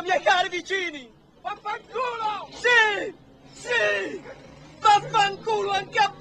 miei cari vicini! Vaffanculo! Sì! Sì! Vaffanculo anche a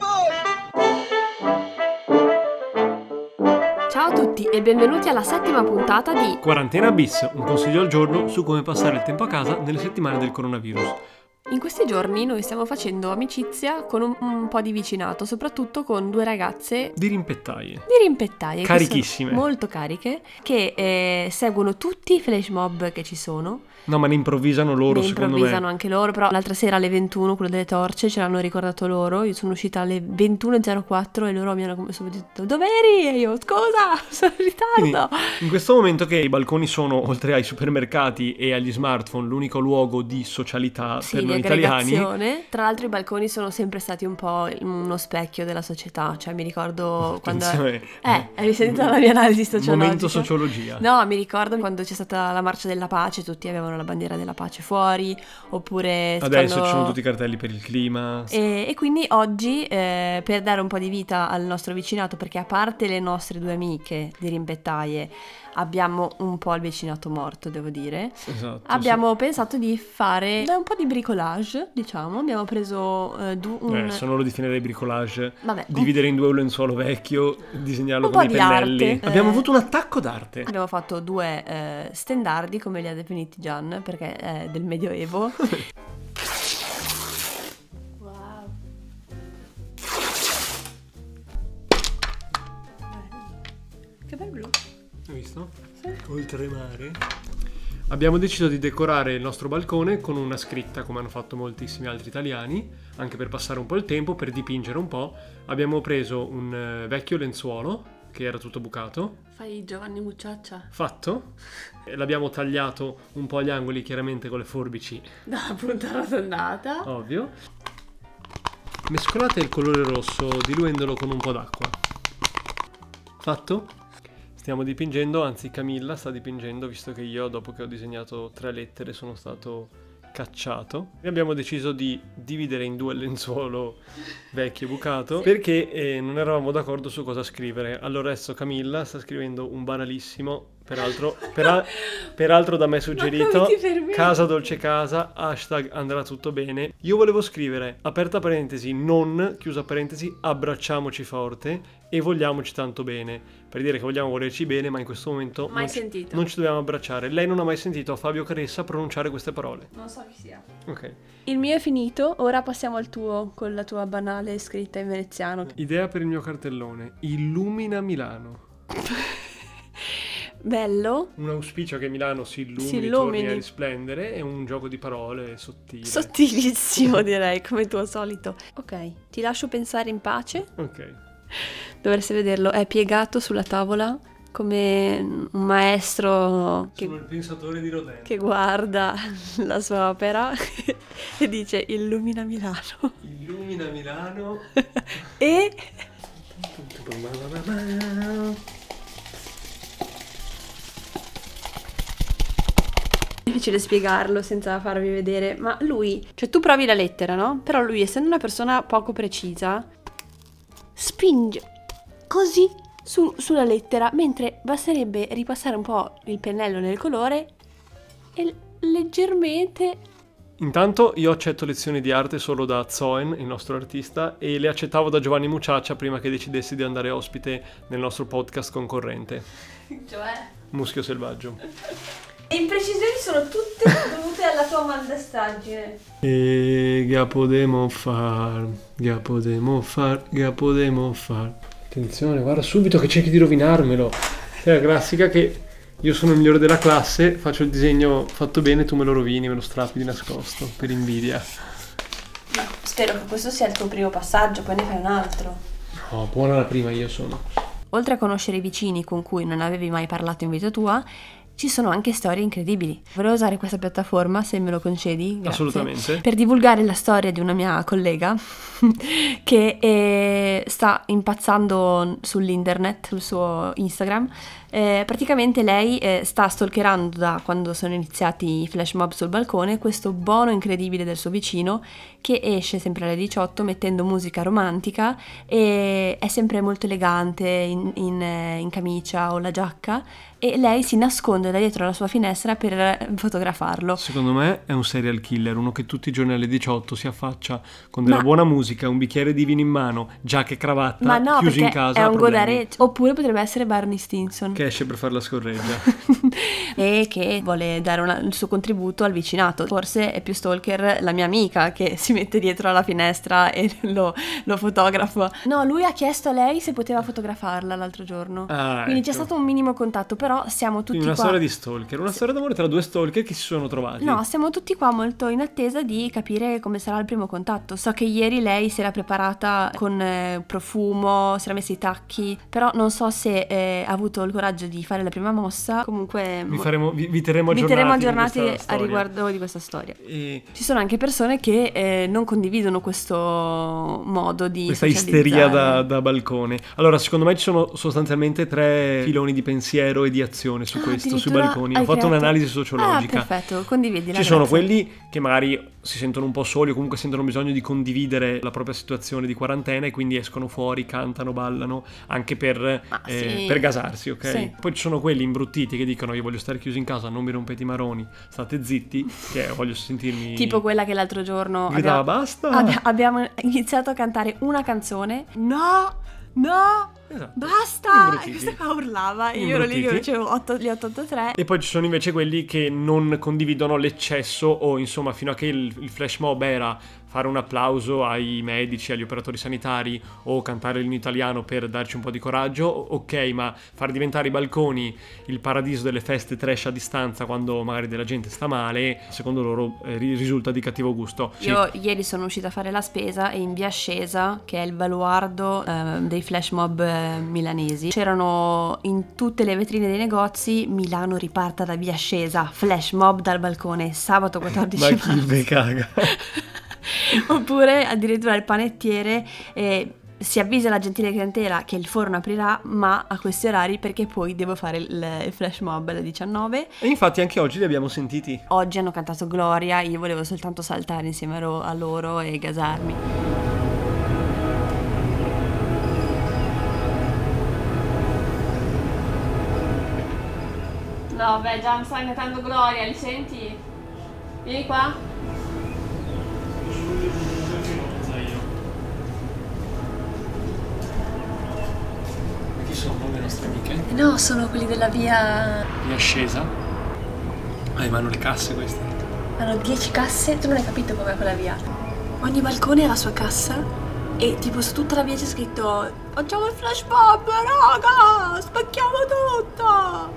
voi! Ciao a tutti e benvenuti alla 7ª puntata di Quarantena bis, un consiglio al giorno su come passare il tempo a casa nelle settimane del coronavirus. In questi giorni noi stiamo facendo amicizia con un po' di vicinato, soprattutto con due ragazze Di rimpettaie. carichissime, Carichissime. molto cariche, che seguono tutti i flash mob che ci sono. No, ma ne improvvisano loro, Ne secondo improvvisano me. anche loro, però l'altra sera alle 21, quello delle torce, ce l'hanno ricordato loro. Io sono uscita alle 21.04 e loro mi hanno subito detto: dove eri? E io: scusa, sono in ritardo. Quindi, in questo momento che i balconi sono, oltre ai supermercati e agli smartphone, l'unico luogo di socialità Sì, per di noi italiani. aggregazione. Tra l'altro i balconi sono sempre stati un po' uno specchio della società. Cioè mi ricordo quando... Attenzione. Hai sentito la mia analisi sociologica? Momento sociologia. No, mi ricordo quando c'è stata la marcia della pace, tutti avevano la bandiera della pace fuori, oppure Adesso quando... ci sono tutti i cartelli per il clima. E quindi oggi, per dare un po' di vita al nostro vicinato, perché a parte le nostre due amiche di rimpettaie, abbiamo un po' il vicinato morto, devo dire. Esatto. Abbiamo pensato di fare un po' di bricolage, diciamo. Abbiamo preso Se non lo definirei bricolage. Vabbè, Dividere in due un lenzuolo vecchio, disegnarlo un con po' i di pennelli. arte. Abbiamo avuto un attacco d'arte. Abbiamo fatto due stendardi, come li ha definiti Gian, perché è del Medioevo. Wow. Che bel blu. Hai visto? Sì. Oltremare. Abbiamo deciso di decorare il nostro balcone con una scritta, come hanno fatto moltissimi altri italiani, anche per passare un po' il tempo, per dipingere un po'. Abbiamo preso un vecchio lenzuolo, che era tutto bucato. Fai Giovanni Mucciaccia. Fatto. E l'abbiamo tagliato un po' agli angoli, chiaramente con le forbici. Da punta arrotondata. Ovvio. Mescolate il colore rosso diluendolo con un po' d'acqua. Fatto? Stiamo dipingendo, anzi Camilla sta dipingendo, visto che io, dopo che ho disegnato 3 lettere, sono stato cacciato. E abbiamo deciso di dividere in due il lenzuolo vecchio e bucato, perché non eravamo d'accordo su cosa scrivere. Allora adesso Camilla sta scrivendo un banalissimo, peraltro da me suggerito, casa dolce casa, hashtag andrà tutto bene. Io volevo scrivere, aperta parentesi, non, chiusa parentesi, abbracciamoci forte e vogliamoci tanto bene, per dire che vogliamo volerci bene, ma in questo momento non ci dobbiamo abbracciare. Lei non ha mai sentito Fabio Caressa pronunciare queste parole. Non so chi sia. Ok. Il mio è finito, ora passiamo al tuo, con la tua banale scritta in veneziano. Idea per il mio cartellone: illumina Milano. Bello. Un auspicio che Milano si illumini, illumini. torni a risplendere, è un gioco di parole sottile. Sottilissimo, direi, come tuo solito. Ok, ti lascio pensare in pace. Ok. Dovresti vederlo, è piegato sulla tavola come un maestro Sono il pensatore di Rodin. che guarda la sua opera e dice illumina Milano. Illumina Milano. E è difficile spiegarlo senza farvi vedere, ma lui, cioè tu provi la lettera, no? Però lui, essendo una persona poco precisa, spinge così sulla lettera, mentre basterebbe ripassare un po' il pennello nel colore e leggermente... Intanto io accetto lezioni di arte solo da Zoen, il nostro artista, e le accettavo da Giovanni Mucciaccia prima che decidessi di andare ospite nel nostro podcast concorrente. Cioè? Muschio selvaggio. Le imprecisioni sono tutte dovute alla tua maldastaggine. E che podemo far, che podemo far, che podemo far. Attenzione, guarda subito che cerchi di rovinarmelo. È la classica che io sono il migliore della classe, faccio il disegno fatto bene, tu me lo rovini, me lo strappi di nascosto, per invidia. No, spero che questo sia il tuo primo passaggio, poi ne fai un altro. No, buona la prima io sono. Oltre a conoscere i vicini con cui non avevi mai parlato in vita tua, ci sono anche storie incredibili. Volevo usare questa piattaforma, se me lo concedi, grazie, assolutamente, per divulgare la storia di una mia collega che sta impazzando sull'internet, sul suo Instagram. Praticamente lei sta stalkerando da quando sono iniziati i flash mob sul balcone questo bono incredibile del suo vicino che esce sempre alle 18 mettendo musica romantica e è sempre molto elegante in camicia o la giacca e lei si nasconde da dietro la sua finestra per fotografarlo. Secondo me è un serial killer, uno che tutti i giorni alle 18 si affaccia con della buona musica, un bicchiere di vino in mano, giacca e cravatta, Ma no, chiuso in perché casa. è un problemi. godareccio. Oppure potrebbe essere Barney Stinson. Che esce per fare la scorreggia. E che vuole dare il suo contributo al vicinato. Forse è più stalker la mia amica che si mette dietro alla finestra e lo fotografa. No, lui ha chiesto a lei se poteva fotografarla l'altro giorno. Quindi c'è stato un minimo contatto, però siamo tutti Quindi una qua. storia di stalker, una storia d'amore tra due stalker che si sono trovati. No, siamo tutti qua molto in attesa di capire come sarà il primo contatto. So che ieri lei si era preparata con profumo, si era messa i tacchi, però non so se ha avuto il coraggio di fare la prima mossa. Comunque vi terremo aggiornati a riguardo di questa storia. E Ci sono anche persone che non condividono questo modo di questa socializzare. isteria da balcone. Allora, secondo me ci sono sostanzialmente 3 filoni di pensiero e di azione su questo, sui addirittura balconi. Ho hai fatto creato- un'analisi sociologica. Ah, perfetto, condividila. Ci sono grazie. quelli che magari si sentono un po' soli o comunque sentono bisogno di condividere la propria situazione di quarantena e quindi escono fuori, cantano, ballano, anche per sì. gasarsi, ok? Sì. Poi ci sono quelli imbruttiti che dicono io voglio stare chiuso in casa, non mi rompete i maroni, state zitti, che voglio sentirmi... Tipo quella che l'altro giorno gridava basta! abbiamo iniziato a cantare una canzone. No! Esatto. Basta! Imbruttiti. E questa qua urlava e io ero lì che Imbruttiti. facevo gli 883. E poi ci sono invece quelli che non condividono l'eccesso o insomma fino a che il flash mob era fare un applauso ai medici, agli operatori sanitari o cantare in italiano per darci un po' di coraggio, ok, ma far diventare i balconi il paradiso delle feste trash a distanza quando magari della gente sta male, secondo loro risulta di cattivo gusto. Sì. Io ieri sono uscita a fare la spesa e in via Scesa, che è il baluardo dei flash mob milanesi, c'erano in tutte le vetrine dei negozi Milano riparta da via Scesa, flash mob dal balcone, sabato 14 Ma marzo. chi ve caga? Oppure addirittura il panettiere si avvisa la gentile clientela che il forno aprirà ma a questi orari perché poi devo fare il flash mob alle 19. E infatti anche oggi li abbiamo sentiti. Oggi hanno cantato Gloria, io volevo soltanto saltare insieme a loro e gasarmi. No, beh, già mi stanno cantando Gloria, li senti? Vieni qua. Chi sono le nostre amiche? No, sono quelli della via... Via Scesa. Ah, ma hanno le casse queste. Hanno 10 casse, tu non hai capito com'è quella via. Ogni balcone ha la sua cassa e tipo su tutta la via c'è scritto facciamo il flash mob, raga, spacchiamo tutto.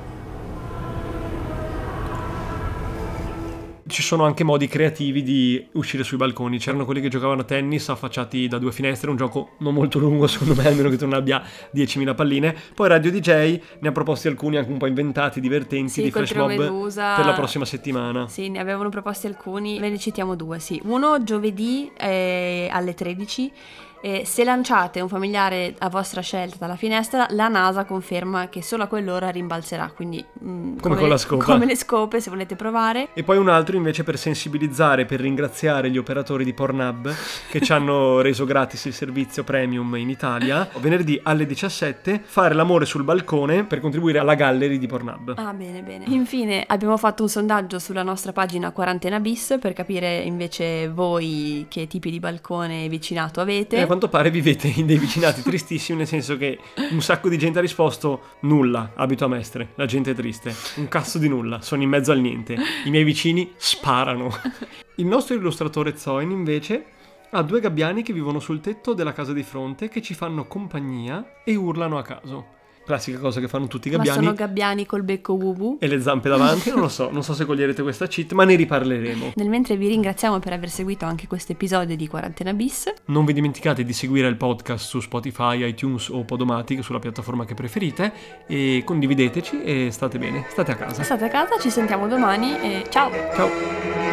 Ci sono anche modi creativi di uscire sui balconi. C'erano quelli che giocavano a tennis affacciati da 2 finestre, un gioco non molto lungo secondo me, almeno che tu non abbia 10.000 palline. Poi Radio DJ ne ha proposti alcuni anche un po' inventati, divertenti, Sì, di col flash mob Medusa. per la prossima settimana. Sì, ne avevano proposti alcuni, ve ne citiamo 2, sì. Uno giovedì alle 13. Se lanciate un familiare a vostra scelta dalla finestra, la NASA conferma che solo a quell'ora rimbalzerà, quindi Come con la scopa. come le scope, se volete provare. E poi un altro invece per sensibilizzare, per ringraziare gli operatori di Pornhub che ci hanno reso gratis il servizio premium in Italia. Venerdì alle 17 fare l'amore sul balcone per contribuire alla gallery di Pornhub. Ah, bene, bene. Infine abbiamo fatto un sondaggio sulla nostra pagina Quarantena Bis per capire invece voi che tipi di balcone e vicinato avete. E a quanto pare vivete in dei vicinati tristissimi, nel senso che un sacco di gente ha risposto nulla, abito a Mestre, la gente è triste, un cazzo di nulla, sono in mezzo al niente, i miei vicini sparano. Il nostro illustratore Zoin invece ha 2 gabbiani che vivono sul tetto della casa di fronte che ci fanno compagnia e urlano a caso. Classica cosa che fanno tutti i Ma gabbiani. sono gabbiani col becco wubu. E le zampe davanti, non so se coglierete questa cheat, ma ne riparleremo. Nel mentre vi ringraziamo per aver seguito anche questo episodio di Quarantena Bis. Non vi dimenticate di seguire il podcast su Spotify, iTunes o Podomatic, sulla piattaforma che preferite, e condivideteci e state bene, state a casa. State a casa, ci sentiamo domani e ciao! Ciao!